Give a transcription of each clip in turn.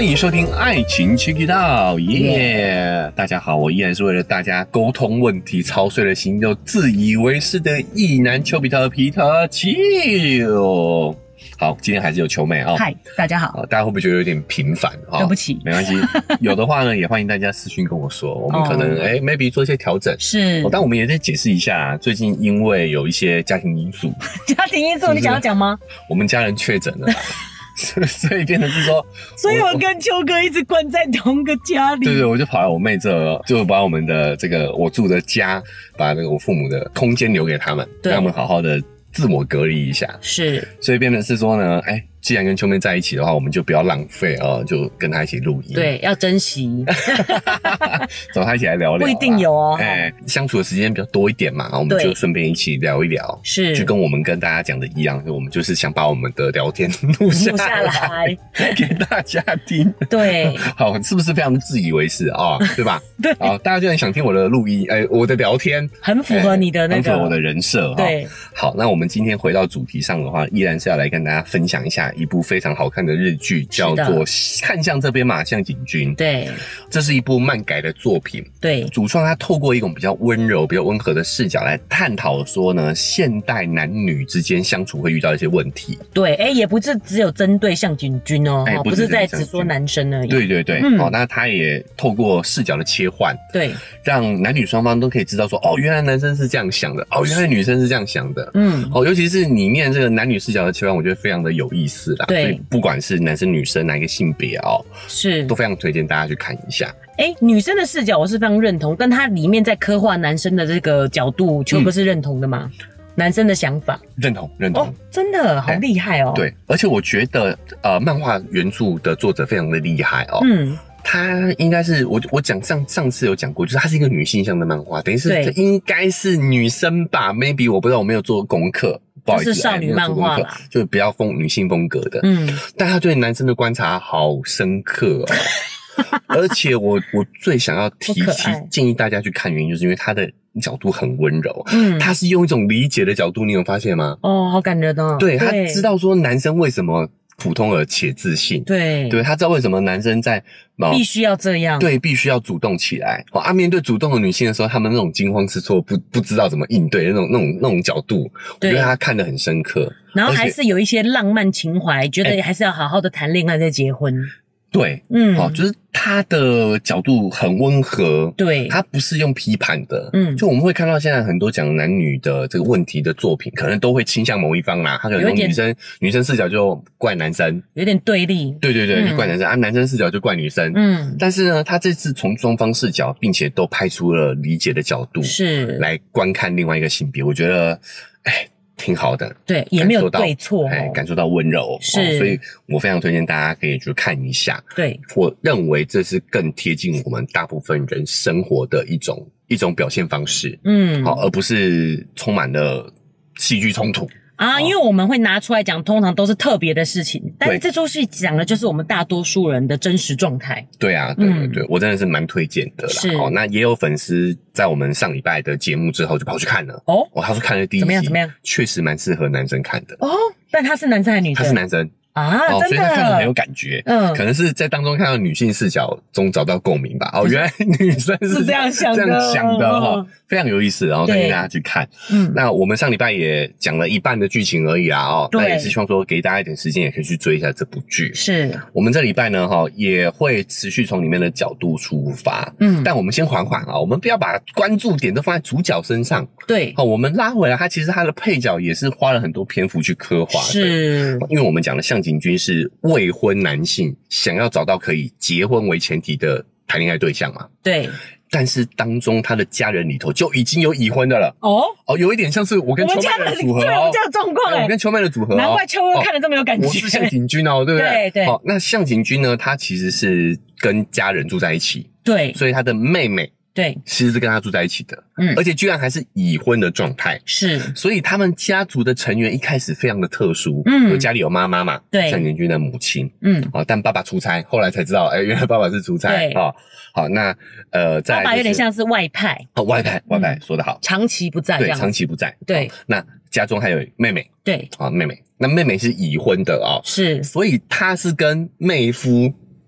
欢迎收听《爱情 Check It Out》，耶！大家好，我依然是为了大家沟通问题操碎了心又自以为是的异男丘比特皮特丘。好，今天还是有球妹啊。 嗨，大家好。 大家会不会觉得有点频繁？ 对不起， 没关系。有的话呢，也欢迎大家私讯跟我说，我们可能maybe 做一些调整。 是， 但我们也在解释一下，最近因为有一些家庭因素， 家庭因素你想要讲吗？ 我们家人确诊了。所以变成是说， 所以我跟丘哥一直关在同个家里。 对，我就跑来我妹这，就把我们的这个我住的家，把那个我父母的空间留给他们，让他们好好的自我隔离一下。 是， 所以变成是说呢，既然跟丘妹在一起的话，我们就不要浪费哦，就跟她一起录音。 对，要珍惜。 找她一起来聊聊。 不一定有哦。 相处的时间比较多一点嘛，我们就顺便一起聊一聊。 是， 就跟我们跟大家讲的一样，我们就是想把我们的聊天录下来给大家听。 对， 好，是不是非常的自以为是啊？对吧？ 对。 好，大家就很想听我的录音，我的聊天很符合你的那个， 很符合我的人设。 对。 好，那我们今天回到主题上的话，依然是要来跟大家分享一下一部非常好看的日剧，叫做《看向这边嘛，向井君》。 对， 这是一部漫改的作品。 对， 主创他透过一种比较温柔、比较温和的视角来探讨说呢，现代男女之间相处会遇到一些问题。 对，也不是只有针对向井君哦，不是在只说男生而已。 对，那他也透过视角的切换， 对， 让男女双方都可以知道说，原来男生是这样想的，原来女生是这样想的。尤其是里面这个男女视角的切换，我觉得非常的有意思啦。 对， 所以不管是男生女生哪一个性别是都非常推荐大家去看一下。 女生的视角我是非常认同，但它里面在刻画男生的这个角度，丘哥是认同的吗？男生的想法认同真的好厉害哦。 对，而且我觉得漫画原著的作者非常的厉害他应该是我讲上次有讲过，就是他是一个女性向的漫画，等于是应该是女生吧 ，maybe 我不知道，我没有做功课，不好意思， 是少女漫画啦， 就比较女性风格的。但他对男生的观察好深刻而且我最想要建议大家去看原因，就是因为他的角度很温柔，他是用一种理解的角度，你有发现吗？ 好感人哦。 对，他知道说男生为什么普通而且自信，对，他知道为什么男生在必须要这样， 对，必须要主动起来。面对主动的女性的时候，他们那种惊慌失措，不知道怎么应对那种角度，我觉得他看得很深刻。 然后还是有一些浪漫情怀，觉得还是要好好的谈恋爱再结婚。 对，就是他的角度很温和， 对， 他不是用批判的，就我们会看到现在很多讲男女的这个问题的作品，可能都会倾向某一方啦，他可能用女生视角就怪男生， 有点对立， 对，就怪男生男生视角就怪女生，但是呢，他这次从双方视角，并且都拍出了理解的角度， 是来观看另外一个性别，我觉得，挺好的， 对，也没有对错， 感受到温柔， 是， 所以我非常推荐大家可以去看一下。 对，我认为这是更贴近我们大部分人生活的一种表现方式，而不是充满了戏剧冲突。 因为我们会拿出来讲，通常都是特别的事情，但是这出戏讲的就是我们大多数人的真实状态。 对啊，对，我真的是蛮推荐的啦。 是， 那也有粉丝在我们上礼拜的节目之后就跑去看了。他说看了第一集， 怎么样？ 确实蛮适合男生看的。 但他是男生还是女生？ 他是男生。 真的， 所以他看得很有感觉，可能是在当中看到女性视角中找到共鸣吧。原来女生是这样想的，非常有意思，然后推荐大家去看。那我们上礼拜也讲了一半的剧情而已啦，那也是希望说给大家一点时间，也可以去追一下这部剧。 是， 我们这礼拜呢，也会持续从里面的角度出发，但我们先缓缓我们不要把关注点都放在主角身上。 对， 我们拉回来，其实他的配角也是花了很多篇幅去刻画的。 是， 因为我们讲的向井君是未婚男性想要找到可以结婚为前提的谈恋爱对象嘛？ 对。 但是当中他的家人里头就已经有已婚的了。有一点像是我跟丘妹的组合我们家的状况， 我跟丘妹的组合， 难怪丘妹看得这么有感觉。 我是向井君对不对？ 对。 那向井君呢，他其实是跟家人住在一起， 对， 所以他的妹妹。 对， 其实是跟他住在一起的，而且居然还是已婚的状态， 是， 所以他们家族的成员一开始非常的特殊，家里有妈妈嘛， 对， 向井君的母亲，但爸爸出差，后来才知道，原来爸爸是出差，好，那爸爸有点像是外派， 外派说得好， 长期不在， 对，长期不在， 对， 那家中还有妹妹， 对， 妹妹，那妹妹是已婚的是， 所以她是跟妹夫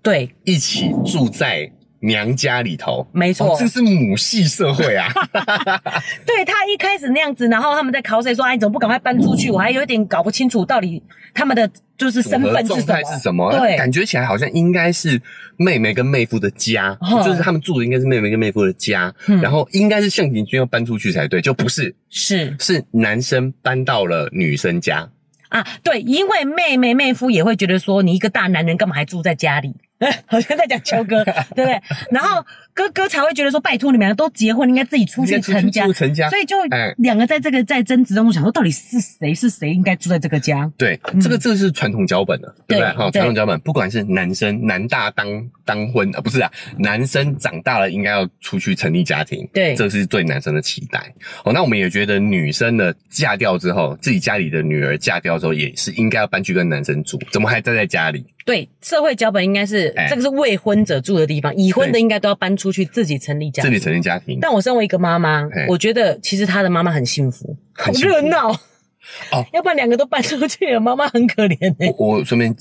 对， 一起住在娘家里头， 没错， 这是母系社会啊。 对，他一开始那样子，然后他们在考谁说，你怎么不赶快搬出去？我还有点搞不清楚到底他们的就是身份是什么。 对，感觉起来好像应该是妹妹跟妹夫的家，就是他们住的应该是妹妹跟妹夫的家，然后应该是向井君要搬出去才对，就不是，是男生搬到了女生家。 啊，对，因为妹夫也会觉得说，你一个大男人干嘛还住在家里？好像在讲秋哥，对不对？然后哥才会觉得说，拜托你们两个都结婚，应该自己出去成家，所以就两个在争执当中想说，到底是谁应该住在这个家？ 对，这是传统脚本了，对不对？好，传统脚本，不管是男大当婚不是啊，男生长大了应该要出去成立家庭，对，这是对男生的期待。哦，那我们也觉得女生呢嫁掉之后，自己家里的女儿嫁掉之后，也是应该要搬去跟男生住，怎么还待在家里？ 对，社会脚本应该是这个是未婚者住的地方，已婚的应该都要搬出去自己成立家庭。 自己成立家庭。 但我身为一个妈妈，我觉得其实她的妈妈很幸福，好热闹哦。要不然两个都搬出去了，妈妈很可怜欸。 我顺便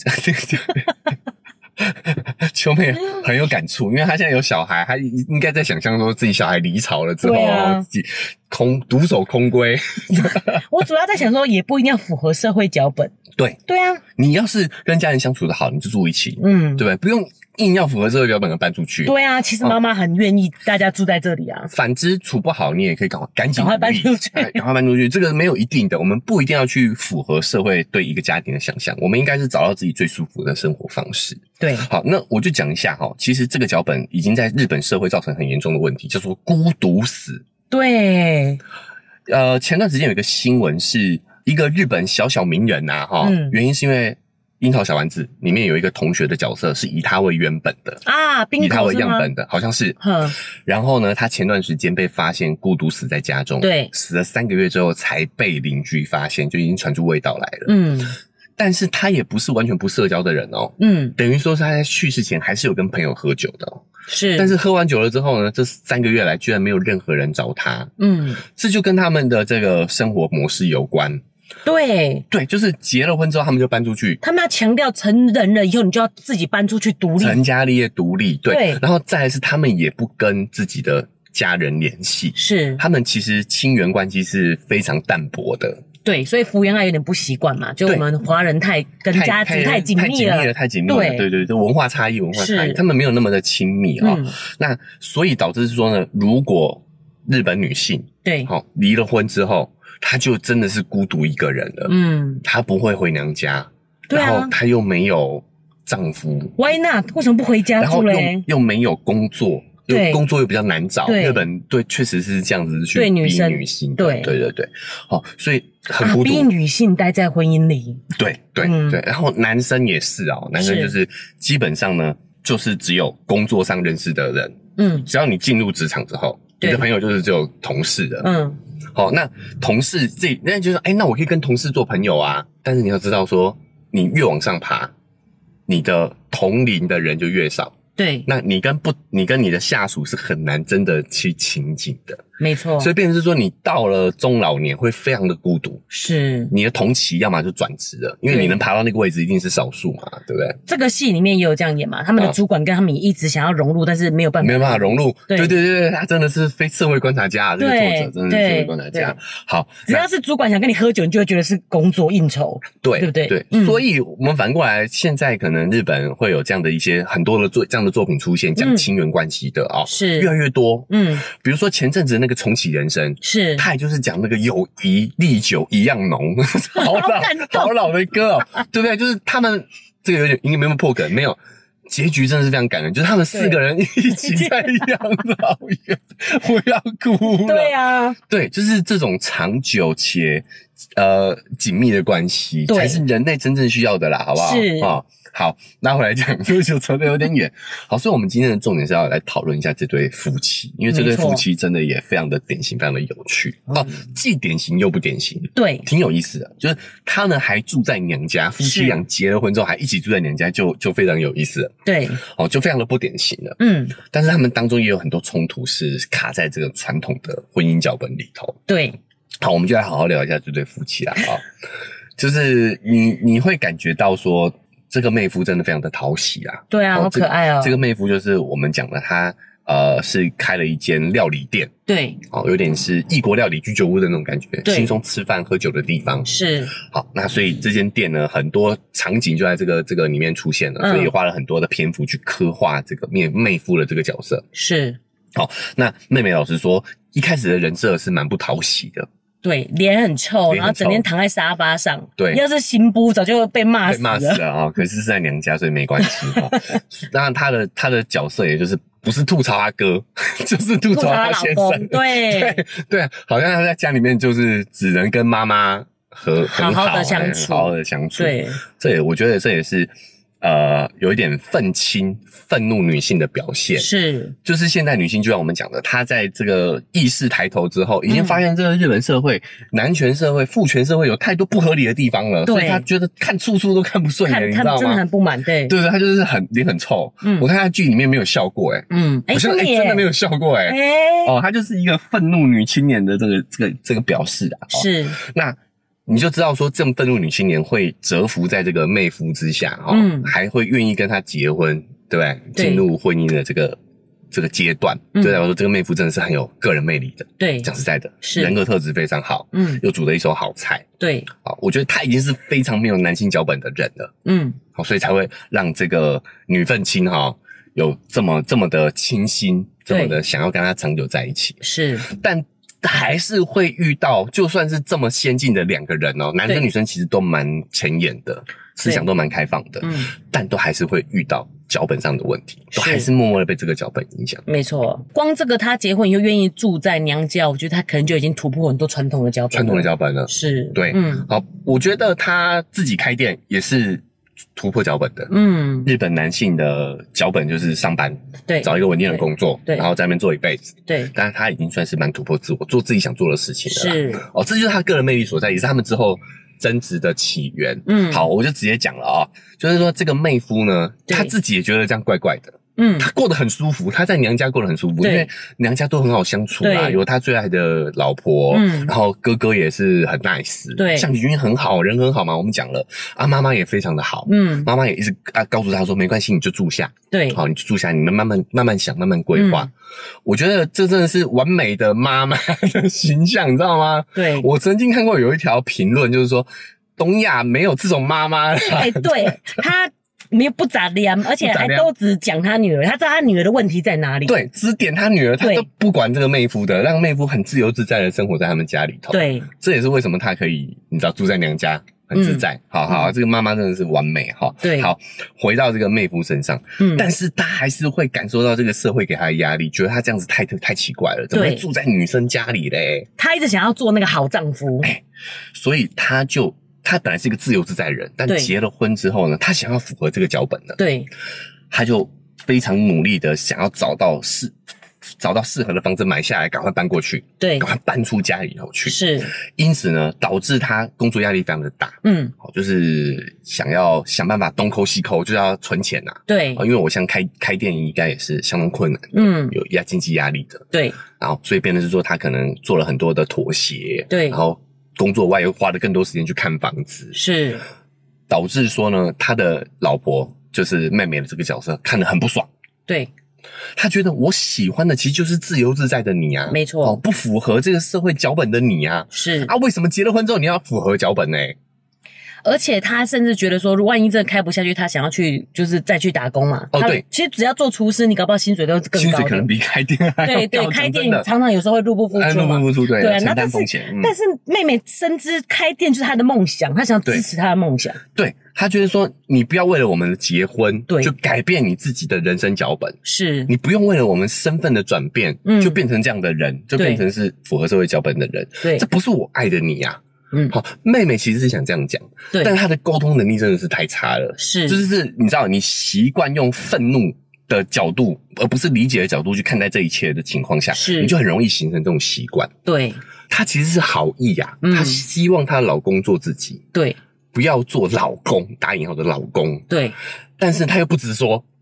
秋妹很有感触，因为她现在有小孩，她应该在想象说自己小孩离巢了之后，自己独守空闺。 我主要在想说，也不一定要符合社会脚本。 对啊，你要是跟家人相处的好，你就住一起，对不对？不用硬要符合社会脚本而搬出去。对啊，其实妈妈很愿意大家住在这里啊。 反之，处不好，你也可以赶快搬出去， 赶快搬出去。这个没有一定的，我们不一定要去符合社会对一个家庭的想象，我们应该是找到自己最舒服的生活方式。对，好，那我就讲一下其实这个脚本已经在日本社会造成很严重的问题，叫做孤独死。对，前段时间有一个新闻是一个日本小名人原因是因为樱桃小丸子里面有一个同学的角色是以他为原本的啊，以他为样本的，好像是。然后呢，他前段时间被发现孤独死在家中，对，死了3个月之后才被邻居发现，就已经传出味道来了。但是他也不是完全不社交的人等于说是他在去世前还是有跟朋友喝酒的是，但是喝完酒了之后呢，这3个月来居然没有任何人找他，这就跟他们的这个生活模式有关。对，就是结了婚之后他们就搬出去， 他们要强调成人了以后你就要自己搬出去独立， 成家立业独立，对，然后再来是他们也不跟自己的家人联系，是，他们其实亲缘关系是非常淡薄的。对， 所以福原爱有点不习惯嘛，就我们华人跟家族太紧密了， 太紧密了，对，文化差异，他们没有那么的亲密那所以导致是说呢，如果日本女性离了婚之后，她就真的是孤独一个人了，她不会回娘家，然后她又没有丈夫 ，Why not？ 为什么不回家住嘞？ 然后又没有工作。工作又比较难找，日本确实是这样子去逼女性，对，所以很孤独， 逼女性待在婚姻里， 对，然后男生也是男生就是基本上呢，就是只有工作上认识的人，只要你进入职场之后，你的朋友就是只有同事的，那同事那就是那我可以跟同事做朋友啊，但是你要知道说，你越往上爬，你的同龄的人就越少。对，那你跟你的下属是很难真的去亲近的，没错。所以变成是说，你到了中老年会非常的孤独，是你的同期要么就转职了，因为你能爬到那个位置一定是少数嘛，对不对？ 这个戏里面也有这样演嘛，他们的主管跟他们也一直想要融入，但是没有办法融入。对，他真的是非社会观察家，这个作者真的是社会观察家。好， 只要是主管想跟你喝酒，你就会觉得是工作应酬，对不对？ 对，所以我们反过来，现在可能日本会有这样的一些很多的这样的作品出现，讲亲缘关系的是越来越多。比如说前阵子那个重启人生，是他也就是讲那个友谊历久一样浓，好老的歌对不对？就是他们这个有点应该没有破梗，没有。结局真的是非常感人，就是他们4个人一起在养老院，我要哭了。对啊，对，就是这种长久且紧密的关系，才是人类真正需要的啦，好不好？是好，拉回来讲，就扯得有点远。好，所以我们今天的重点是要来讨论一下这对夫妻，因为这对夫妻真的也非常的典型，非常的有趣既典型又不典型，对，挺有意思的。就是他们还住在娘家，夫妻俩结了婚之后还一起住在娘家，就非常有意思了。对，就非常的不典型了。但是他们当中也有很多冲突是卡在这个传统的婚姻脚本里头。对，好，我们就来好好聊一下这对夫妻啦。就是你会感觉到说， 这个妹夫真的非常的讨喜啊。 对啊，好可爱哦。 这个妹夫就是我们讲的，他是开了一间料理店。 对， 有点是异国料理居酒屋的那种感觉，轻松吃饭喝酒的地方。 是。好， 那所以这间店呢，很多场景就在这个里面出现了，所以花了很多的篇幅去刻画这个妹夫的这个角色。 是。 好，那妹妹老实说，一开始的人设是蛮不讨喜的。 对，脸很臭，然后整天躺在沙发上。 对， 要是新妇早就被骂死了啊！可是是在娘家，所以没关系哈。那他的角色也就是不是吐槽他哥，就是吐槽他先生。对，好像他在家里面就是只能跟妈妈好好的相处。 对， 我觉得这也是有一点愤怒女性的表现。 是， 就是现代女性就像我们讲的，她在这个意识抬头之后，已经发现这个日本社会、男权社会、父权社会有太多不合理的地方了，所以她觉得看处处都看不顺眼，你知道吗？ 真的很不满，对， 她就是脸很臭。我看她剧里面没有笑过，好像真的没有笑过，她就是一个愤怒女青年的这个表示啊。 是，那你就知道说，这么愤怒女青年会折服在这个妹夫之下，还会愿意跟他结婚，对不对？进入婚姻的这个阶段，对我说，这个妹夫真的是很有个人魅力的。 对， 讲实在的， 是人格特质非常好，又煮了一手好菜。 对， 我觉得他已经是非常没有男性脚本的人了。好，所以才会让这个女愤青有这么的倾心，这么的想要跟他长久在一起。 是， 但还是会遇到，就算是这么先进的两个人男生女生其实都蛮前沿的，思想都蛮开放的，但都还是会遇到脚本上的问题，都还是默默的被这个脚本影响。 没错，光这个他结婚又愿意住在娘家，我觉得他可能就已经突破很多传统的脚本了。是， 对，好，我觉得他自己开店也是突破脚本的。日本男性的脚本就是上班，对，找一个稳定的工作，对，然后在那边做一辈子，对。但是他已经算是蛮突破自我，做自己想做的事情了。是，这就是他个人魅力所在，也是他们之后争执的起源。好，我就直接讲了就是说这个妹夫呢，他自己也觉得这样怪怪的。他过得很舒服，他在娘家过得很舒服，因为娘家都很好相处啊，有他最爱的老婆，然后哥哥也是很 nice， 对，向井君很好，人很好嘛，我们讲了啊，妈妈也非常的好，妈妈也一直告诉他说没关系，你就住下，对，好，你就住下，你们慢慢想，慢慢规划。我觉得这真的是完美的妈妈的形象，你知道吗？对，我曾经看过有一条评论，就是说东亚没有这种妈妈。 对他。没有不咋亮，而且还都只讲他女儿，他知道他女儿的问题在哪里。 对，只点他女儿，他都不管这个妹夫的，让妹夫很自由自在的生活在他们家里头。对，这也是为什么他可以，你知道，住在娘家很自在。好，这个妈妈真的是完美哈。对，好，回到这个妹夫身上，但是他还是会感受到这个社会给他的压力，觉得他这样子太奇怪了，怎么会住在女生家里嘞？ 他一直想要做那个好丈夫， 所以他本来是一个自由自在的人，但结了婚之后呢，他想要符合这个脚本呢，对，他就非常努力的想要找到适合的房子买下来，赶快搬过去，对，赶快搬出家里头去，是，因此呢，导致他工作压力非常的大，就是想办法东抠西抠，就是要存钱呐，对，因为我像开店应该也是相当困难，有经济压力的，对，然后所以变成是说他可能做了很多的妥协，对，然后工作外又花了更多时间去看房子，是导致说呢，他的老婆就是妹妹的这个角色看得很不爽，对，他觉得我喜欢的其实就是自由自在的你啊，没错，不符合这个社会脚本的你啊，是啊，为什么结了婚之后你要符合脚本呢？ 而且他甚至觉得说，万一真的开不下去，他想要去就是再去打工嘛。对，其实只要做厨师，你搞不好薪水都是更高的。 薪水可能比开店还要高。 对，开店常常有时候会入不敷出嘛。 入不敷出，对， 那但是妹妹深知开店就是她的梦想，她想支持她的梦想。 对，她觉得说，你不要为了我们的结婚，就改变你自己的人生脚本。是，你不用为了我们身份的转变，就变成这样的人，就变成是符合社会脚本的人。对，这不是我爱的你呀。好，妹妹其实是想这样讲，对，但她的沟通能力真的是太差了，是，就是你知道，你习惯用愤怒的角度，而不是理解的角度去看待这一切的情况下，是，你就很容易形成这种习惯。对，她其实是好意呀，她希望她老公做自己，对，不要做老公，打引号的老公，对，但是她又不直说。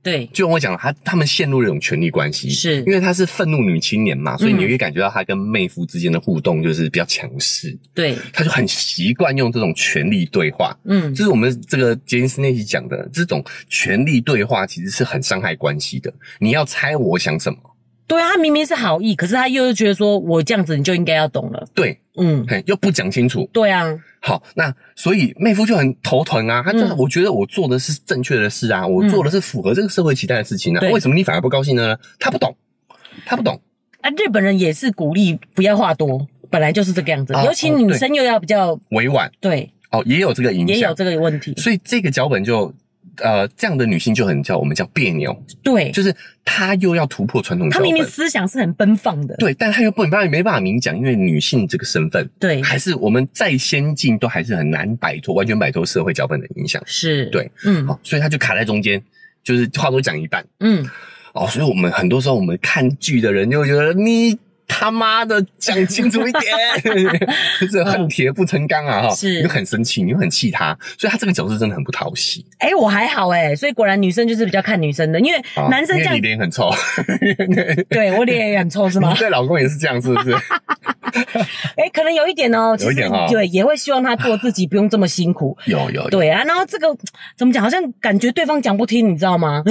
对， 就跟我讲，他们陷入了一种权力关系， 是因为她是愤怒女青年嘛，所以你会感觉到她跟妹夫之间的互动就是比较强势， 对， 她就很习惯用这种权力对话，就是我们这个杰尼斯那期讲的这种权力对话，其实是很伤害关系的。你要猜我想什么？ 对啊，他明明是好意，可是他又觉得说我这样子你就应该要懂了， 对，又不讲清楚， 对啊。 好，那所以妹夫就很头疼啊，他我觉得我做的是正确的事啊，我做的是符合这个社会期待的事情啊，为什么你反而不高兴呢？他不懂啊，日本人也是鼓励不要话多，本来就是这个样子，尤其女生又要比较委婉， 对， 也有这个影响， 也有这个问题， 所以这个脚本就这样的女性就很我们叫别扭， 对， 就是她又要突破传统脚本， 她明明思想是很奔放的， 对，但她又没办法明讲，因为女性这个身份， 对，还是我们再先进都还是很难完全摆脱社会脚本的影响， 是， 对，好，所以她就卡在中间，就是话都讲一半，所以我们很多时候我们看剧的人就会觉得你他妈的讲清楚一点，就是恨铁不成钢啊！ 是， 你就很生气，你就很气他，所以他这个角色真的很不讨喜。 我还好所以果然女生就是比较看女生的，因为男生这样， 因为你脸很臭， 对我脸也很臭是吗？ 你对老公也是这样是不是？ 可能有一点哦， 有一点对，也会希望他做自己，不用这么辛苦。 有， 对啊，然后这个怎么讲？好像感觉对方讲不听，你知道吗？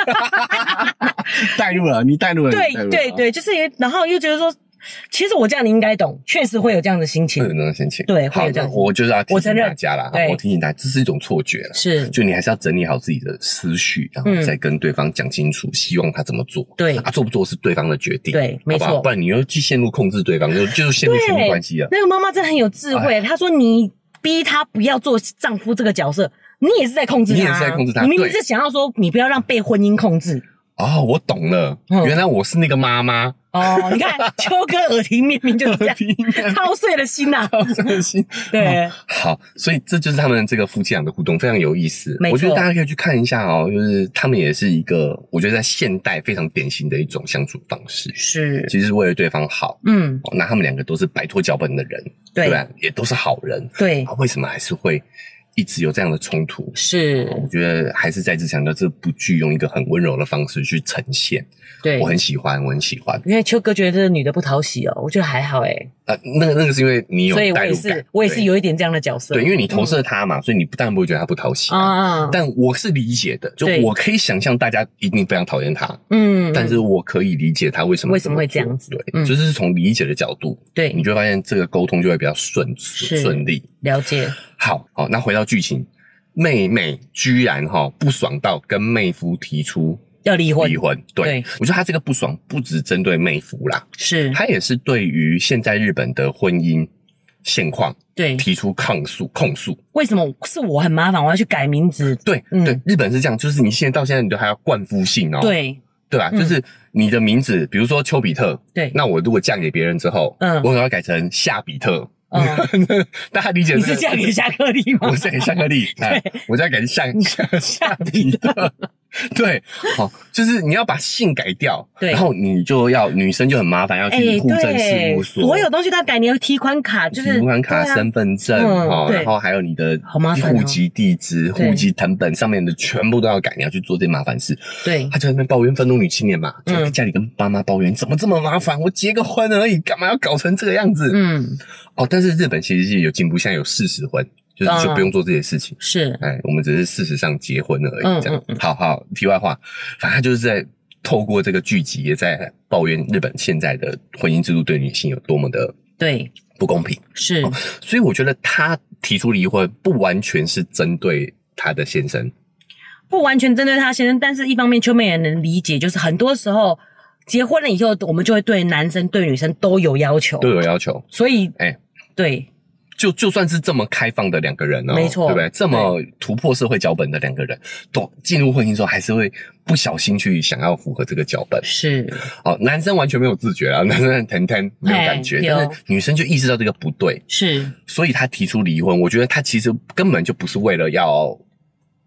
你带入了， 对，就是然后又觉得说，其实我这样你应该懂，确实会有这样的心情， 会有那种心情， 对，会有这样的心情。 我就是要提醒大家啦，我提醒大家，这是一种错觉啦， 是， 就你还是要整理好自己的思绪，然后再跟对方讲清楚，希望他怎么做， 对， 做不做是对方的决定， 对，没错， 不然你又去陷入控制对方，就陷入权力关系了。 那个妈妈真的很有智慧，她说你逼她不要做丈夫这个角色，你也是在控制她， 你也是在控制她， 你明明是想要说你不要让被婚姻控制。 我懂了，原来我是那个妈妈。 你看秋哥耳提面命就是这样，操碎了心啊， 操碎了心。 对， 好，所以这就是他们这个夫妻俩的互动，非常有意思。我觉得大家可以去看一下就是他们也是一个，我觉得在现代非常典型的一种相处方式。 是， 其实是为了对方好。那他们两个都是摆脱脚本的人，对吧？也都是好人， 对。 为什么还是会一直有这样的冲突？ 是， 我觉得还是再次强调，这部剧用一个很温柔的方式去呈现。 对， 我很喜欢。 因为秋哥觉得这个女的不讨喜我觉得还好那个是因为你有代入感， 所以我也是有一点这样的角色。 对，因为你投射他嘛，所以你当然不会觉得他不讨喜但我是理解的，就我可以想象大家一定非常讨厌他，但是我可以理解他为什么会这样子。 对，就是从理解的角度， 对， 你就会发现这个沟通就会比较顺利。了解。 好，那回到剧情，妹妹居然不爽到跟妹夫提出要离婚， 对，我觉得他这个不爽不只针对妹夫啦， 是他也是对于现在日本的婚姻现况提出控诉。 为什么是我很麻烦，我要去改名字？ 对，日本是这样，就是你到现在你都还要冠夫姓对吧？就是你的名字，比如说丘比特，对，那我如果嫁给别人之后，我可能要改成夏比特。大家理解？ 你是嫁给夏克力吗？ 我是嫁给夏克力，我再改成夏比特。对，就是你要把姓改掉，然后你就要女生就很麻烦，要去户政事务所， 所有东西都要改，你要提款卡，就是提款卡、身份证然后还有你的户籍地址、户籍誊本上面的全部都要改，你要去做这些麻烦事。 对， 他就在那边抱怨愤怒女青年嘛，就在家里跟爸妈抱怨，怎么这么麻烦？我结个婚而已，干嘛要搞成这个样子？但是日本其实是有进步，现在有40婚。就不用做这些事情， 是， 我们只是事实上结婚而已，这样。好，题外话，反正他就是在透过这个剧集，也在抱怨日本现在的婚姻制度对女性有多么的不公平。 是， 所以我觉得他提出离婚不完全是针对他的先生， 但是一方面秋妹也能理解，就是很多时候结婚了以后，我们就会对男生对女生都有要求，所以对。 就算是这么开放的两个人没错， 对不对？这么突破社会脚本的两个人，都进入婚姻之后，还是会不小心去想要符合这个脚本。 是， 男生完全没有自觉啊，男生很疼没有感觉，但是女生就意识到这个不对， 是， 所以他提出离婚。我觉得他其实根本就不是为了要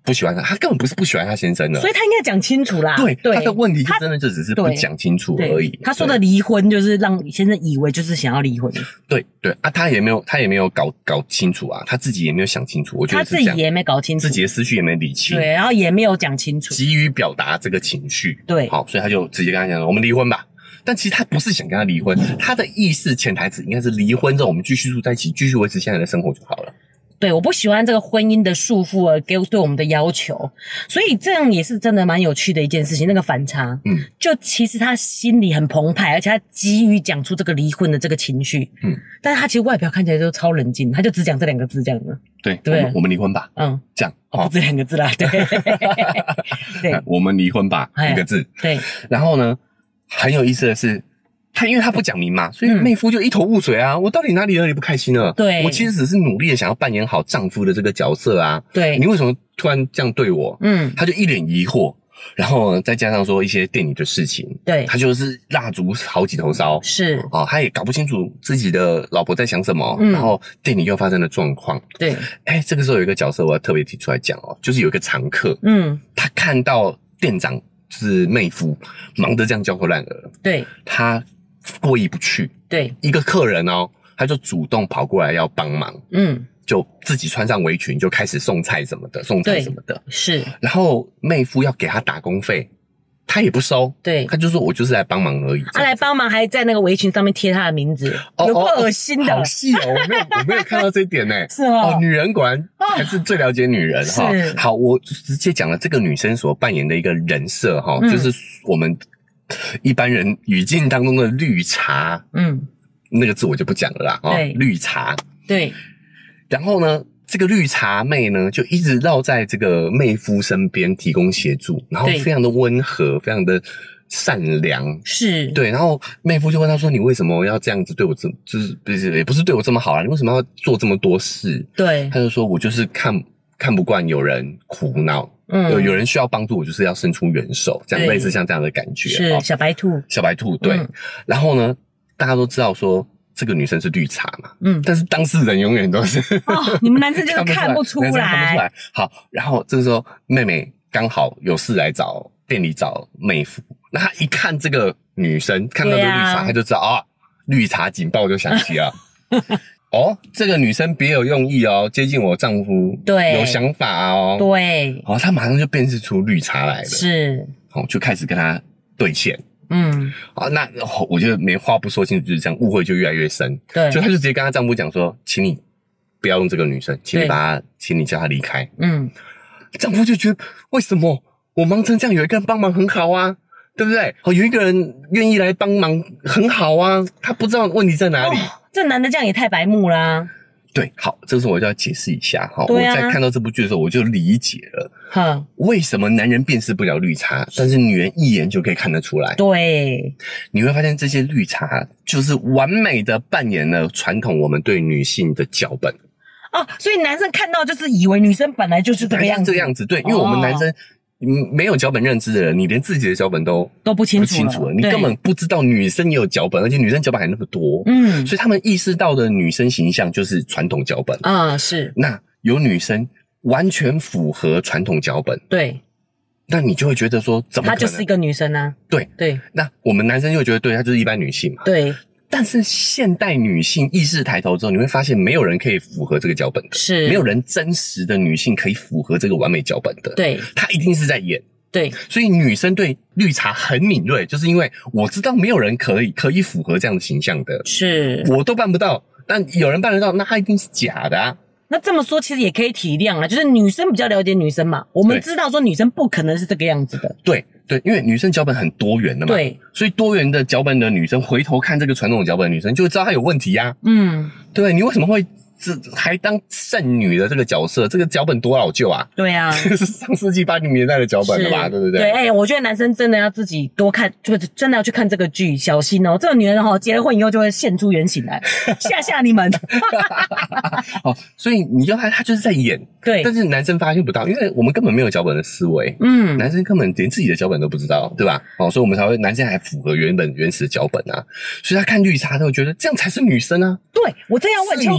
不喜欢他根本不是不喜欢他先生的， 所以他应该讲清楚啦。 对，他的问题就真的就只是不讲清楚而已。 他说的离婚就是让先生以为就是想要离婚。 对啊，他也没有搞清楚啊，他自己也没有想清楚。我觉得他自己也没搞清楚， 自己的思绪也没理清。 对，然后也没有讲清楚， 急于表达这个情绪。 对， 好，所以他就直接跟他讲说：“我们离婚吧。”但其实他不是想跟他离婚，他的意识潜台词应该是离婚之后我们继续住在一起，继续维持现在的生活就好了。 对，我不喜欢这个婚姻的束缚而给对我们的要求，所以这样也是真的蛮有趣的一件事情。那个反差，就其实他心里很澎湃，而且他急于讲出这个离婚的这个情绪，但是他其实外表看起来就超冷静，他就只讲这2个字这样的。 对，我们离婚吧，这样不止2个字啦，对， 对，我们离婚吧，1个字， 对。 然后呢，很有意思的是。因为他不讲明嘛，所以妹夫就一头雾水啊！我到底哪里不开心了？ 对， 我其实只是努力的想要扮演好丈夫的这个角色啊。 对， 你为什么突然这样对我？他就一脸疑惑，然后再加上说一些店里的事情， 对， 他就是蜡烛好几头烧， 是他也搞不清楚自己的老婆在想什么，然后店里又发生了状况， 对， 这个时候有一个角色我要特别提出来讲就是有一个常客，他看到店长就是妹夫忙得这样焦头烂额， 对， 他过意不去，对，一个客人他就主动跑过来要帮忙，就自己穿上围裙就开始送菜什么的，是，然后妹夫要给他打工费，他也不收，对，他就说我就是来帮忙而已。他来帮忙还在那个围裙上面贴他的名字，有够恶心的，好细我没有看到这一点呢。是女人果然还是最了解女人哈。好，我直接讲了这个女生所扮演的一个人设就是我们一般人语境当中的绿茶，那个字我就不讲了啦，绿茶，对。然后呢，这个绿茶妹呢，就一直绕在这个妹夫身边提供协助，然后非常的温和，非常的善良，是对。然后妹夫就问他说：“你为什么要这样子对我就是也不是对我这么好啊？你为什么要做这么多事？”对，他就说：“我就是看不惯有人苦恼。”有人需要帮助，我就是要伸出援手，这样类似像这样的感觉。是小白兔，对。然后呢，大家都知道说这个女生是绿茶嘛，但是当事人永远都是你们男生就是看不出来。好，然后这个时候妹妹刚好有事来店里找妹夫，那她一看这个女生，看到这个绿茶，她就知道绿茶警报就响起了。这个女生别有用意接近我丈夫，对，有想法对，她马上就辨识出绿茶来了，是，就开始跟她对线，那我觉得没话不说清楚就是这样，误会就越来越深，对，所以她就直接跟她丈夫讲说，请你不要用这个女生，请你叫她离开，丈夫就觉得为什么我忙成这样，有一个人帮忙很好啊，对不对？有一个人愿意来帮忙很好啊，他不知道问题在哪里。这男的这样也太白目啦！对，好，这个时候我就要解释一下哈。我在看到这部剧的时候，我就理解了，为什么男人辨识不了绿茶，但是女人一眼就可以看得出来。对，你会发现这些绿茶就是完美的扮演了传统我们对女性的脚本。所以男生看到就是以为女生本来就是这个样子，对，因为我们男生。没有脚本认知的人，你连自己的脚本都不清楚了，你根本不知道女生也有脚本，而且女生脚本还那么多，所以他们意识到的女生形象就是传统脚本是。那有女生完全符合传统脚本，对，那你就会觉得说，怎么可能？她就是一个女生啊，对，那我们男生就会觉得，对，她就是一般女性嘛，对。但是现代女性意识抬头之后，你会发现没有人可以符合这个脚本的，是没有人真实的女性可以符合这个完美脚本的，对，她一定是在演，对，所以女生对绿茶很敏锐，就是因为我知道没有人可以符合这样的形象的，是我都办不到，但有人办得到，那她一定是假的啊。那这么说其实也可以体谅啦，就是女生比较了解女生嘛，我们知道说女生不可能是这个样子的，对，因为女生脚本很多元的嘛，对，所以多元的脚本的女生回头看这个传统脚本的女生就会知道她有问题呀，对，你为什么会还当剩女的这个角色，这个脚本多老旧啊！对啊，是上世纪80年代的脚本了吧？对不对？对，我觉得男生真的要自己多看，就是真的要去看这个剧，小心哦！这个女人结了婚以后就会现出原形来，吓你们。所以你就他就是在演，对，但是男生发现不到，因为我们根本没有脚本的思维，男生根本连自己的脚本都不知道，对吧？所以我们才会男生还符合原始的脚本啊，所以他看绿茶他会觉得这样才是女生啊。对，我正要问秋哥，是女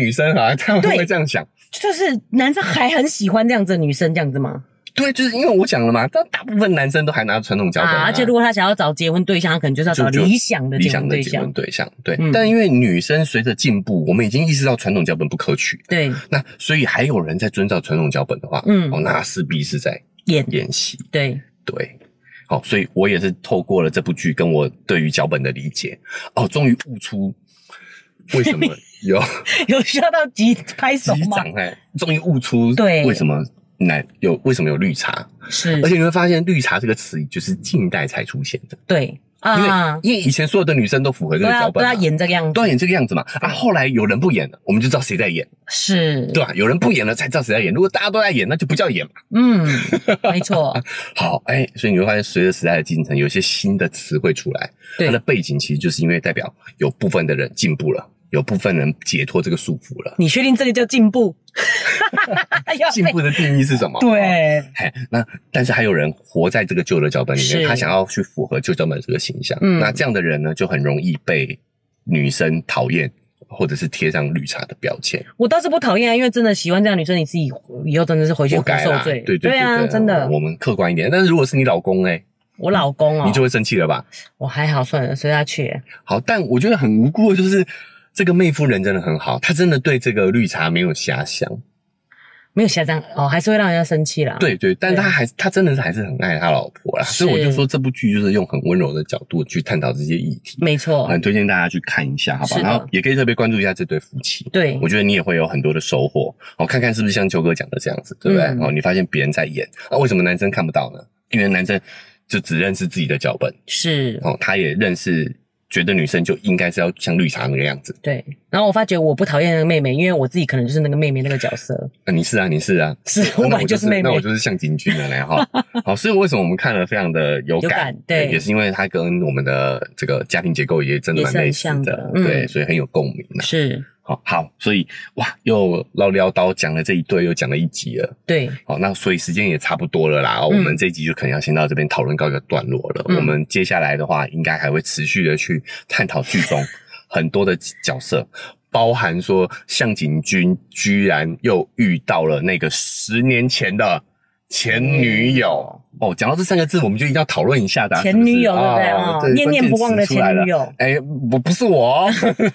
女生啊，他们会这样想， 就是男生还很喜欢这样子的女生，这样子吗？ 对，就是因为我讲了嘛，大部分男生都还拿传统脚本而且如果他想要找结婚对象，他可能就是要找理想的结婚对象。 对，但因为女生随着进步，我们已经意识到传统脚本不可取。 对， 那所以还有人在遵照传统脚本的话，那势必是在演戏。 对。 好，所以我也是透过了这部剧跟我对于脚本的理解，终于悟出为什么有需要到拍手吗？ 终于悟出为什么有绿茶， 是， 而且你会发现绿茶这个词就是近代才出现的。 对。 因为以前所有的女生都符合这个脚本， 都要演这个样子， 都要演这个样子嘛。后来有人不演了，我们就知道谁在演， 是， 对吧？有人不演了才知道谁在演。如果大家都在演，那就不叫演嘛。 没错。 好，所以你会发现，随着时代的进程，有一些新的词汇出来，它的背景其实就是因为代表有部分的人进步了，有部分人解脱这个束缚了。 你确定这个叫进步？ 进步的定义是什么？ 对， 那但是还有人活在这个旧的脚本里面，他想要去符合旧脚本这个形象，那这样的人呢，就很容易被女生讨厌，或者是贴上绿茶的标签。我倒是不讨厌啊，因为真的喜欢这样的女生，你自己以后真的是回去不受罪。对啊，真的。 我们客观一点，但是如果是你老公我老公你就会生气了吧？ 我还好，算了，随他去。 好，但我觉得很无辜的就是。这个妹夫人真的很好，他真的对这个绿茶没有遐想， 没有遐想还是会让人家生气啦。 对，但他真的是还是很爱他老婆啦，所以我就说这部剧就是用很温柔的角度去探讨这些议题， 没错， 很推荐大家去看一下，好吧？然后也可以特别关注一下这对夫妻， 对， 我觉得你也会有很多的收获，看看是不是像秋哥讲的这样子，对不对？你发现别人在演，为什么男生看不到呢？因为男生就只认识自己的脚本， 是他也认识。觉得女生就应该是要像绿茶那个样子。 对，然后我发觉我不讨厌那个妹妹，因为我自己可能就是那个妹妹那个角色。 你是啊， 是我本来就是妹妹， 那我就是向井君的嘞哈。好，所以为什么我们看了非常的有感？ 对， 也是因为它跟我们的这个家庭结构也真的蛮类似的，对，所以很有共鸣。 是。 好，所以又唠叨讲了这一对，又讲了一集了。 对， 那所以时间也差不多了啦。我们这一集就可能要先到这边讨论告一个段落了。我们接下来的话，应该还会持续的去探讨剧中很多的角色，包含说向井君居然又遇到了那个10年前的前女友。讲到这3个字，我们就一定要讨论一下的。 前女友对不对？念念不忘的前女友。 不是我。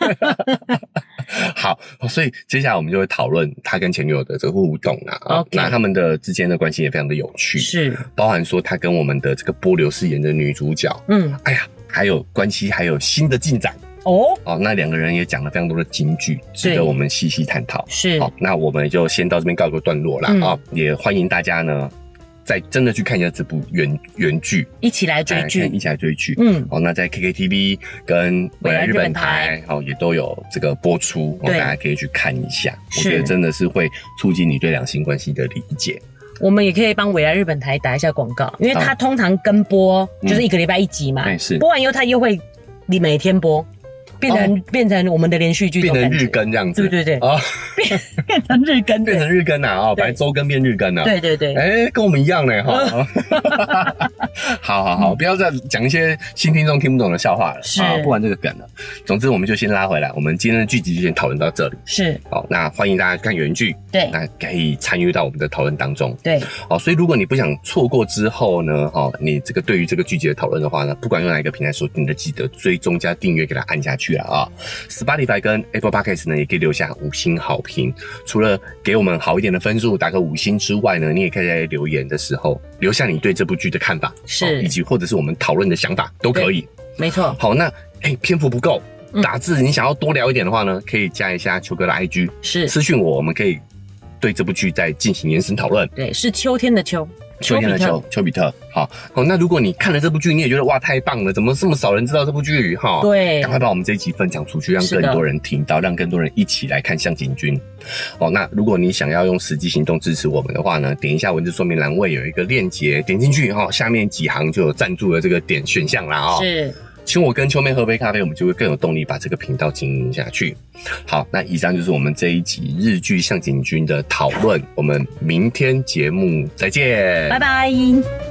好，所以接下来我们就会讨论他跟前女友的这个互动啊。那他们的之间的关系也非常的有趣， 是包含说他跟我们的这个波流饰演的女主角，还有关系还有新的进展。那2个人也讲了非常多的金句，值得我们细细探讨。 是， 那我们就先到这边告一个段落啦。也欢迎大家呢。再真的去看一下这部原剧， 一起来追剧。 那在 KKTV 跟未来日本台也都有这个播出，大家可以去看一下。我觉得真的是会促进你对两性关系的理解。 我们也可以帮未来日本台打一下广告，因为它通常跟播就是1个礼拜1集嘛，播完以后它又会每天播。变成我们的连续剧， 变成日更这样子， 对变成日更， 变成日更啊！本来周更变日更啊！ 对， 跟我们一样嘞哈！好，不要再讲一些新听众听不懂的笑话了，不玩这个梗了。总之，我们就先拉回来，我们今天的剧集就先讨论到这里。 是， 好，那欢迎大家看原剧， 对， 那可以参与到我们的讨论当中。 对， 所以如果你不想错过之后呢，你这个对于这个剧集的讨论的话呢，不管用哪一个平台收听的，记得追踪加订阅，给它按下去。Spotify 跟 Apple Podcast 呢，也可以留下5星好评。除了给我们好一点的分数，打个5星之外呢，你也可以在留言的时候留下你对这部剧的看法，以及或者是我们讨论的想法都可以。 没错。 好，那篇幅不够，打字你想要多聊一点的话呢，可以加一下秋哥的 IG， 私讯我们可以对这部剧再进行延伸讨论。对，是秋天的秋。秋比特。好，那如果你看了这部剧，你也觉得哇太棒了，怎么这么少人知道这部剧？对，赶快把我们这一集分享出去，让更多人听到，让更多人一起来看向井君。那如果你想要用实际行动支持我们的话呢，点一下文字说明栏位有一个链接，点进去下面几行就有赞助的这个点选项啦。是。请我跟秋妹喝杯咖啡，我们就会更有动力把这个频道经营下去。好，那以上就是我们这一集日剧向井君的讨论，我们明天节目再见，拜拜。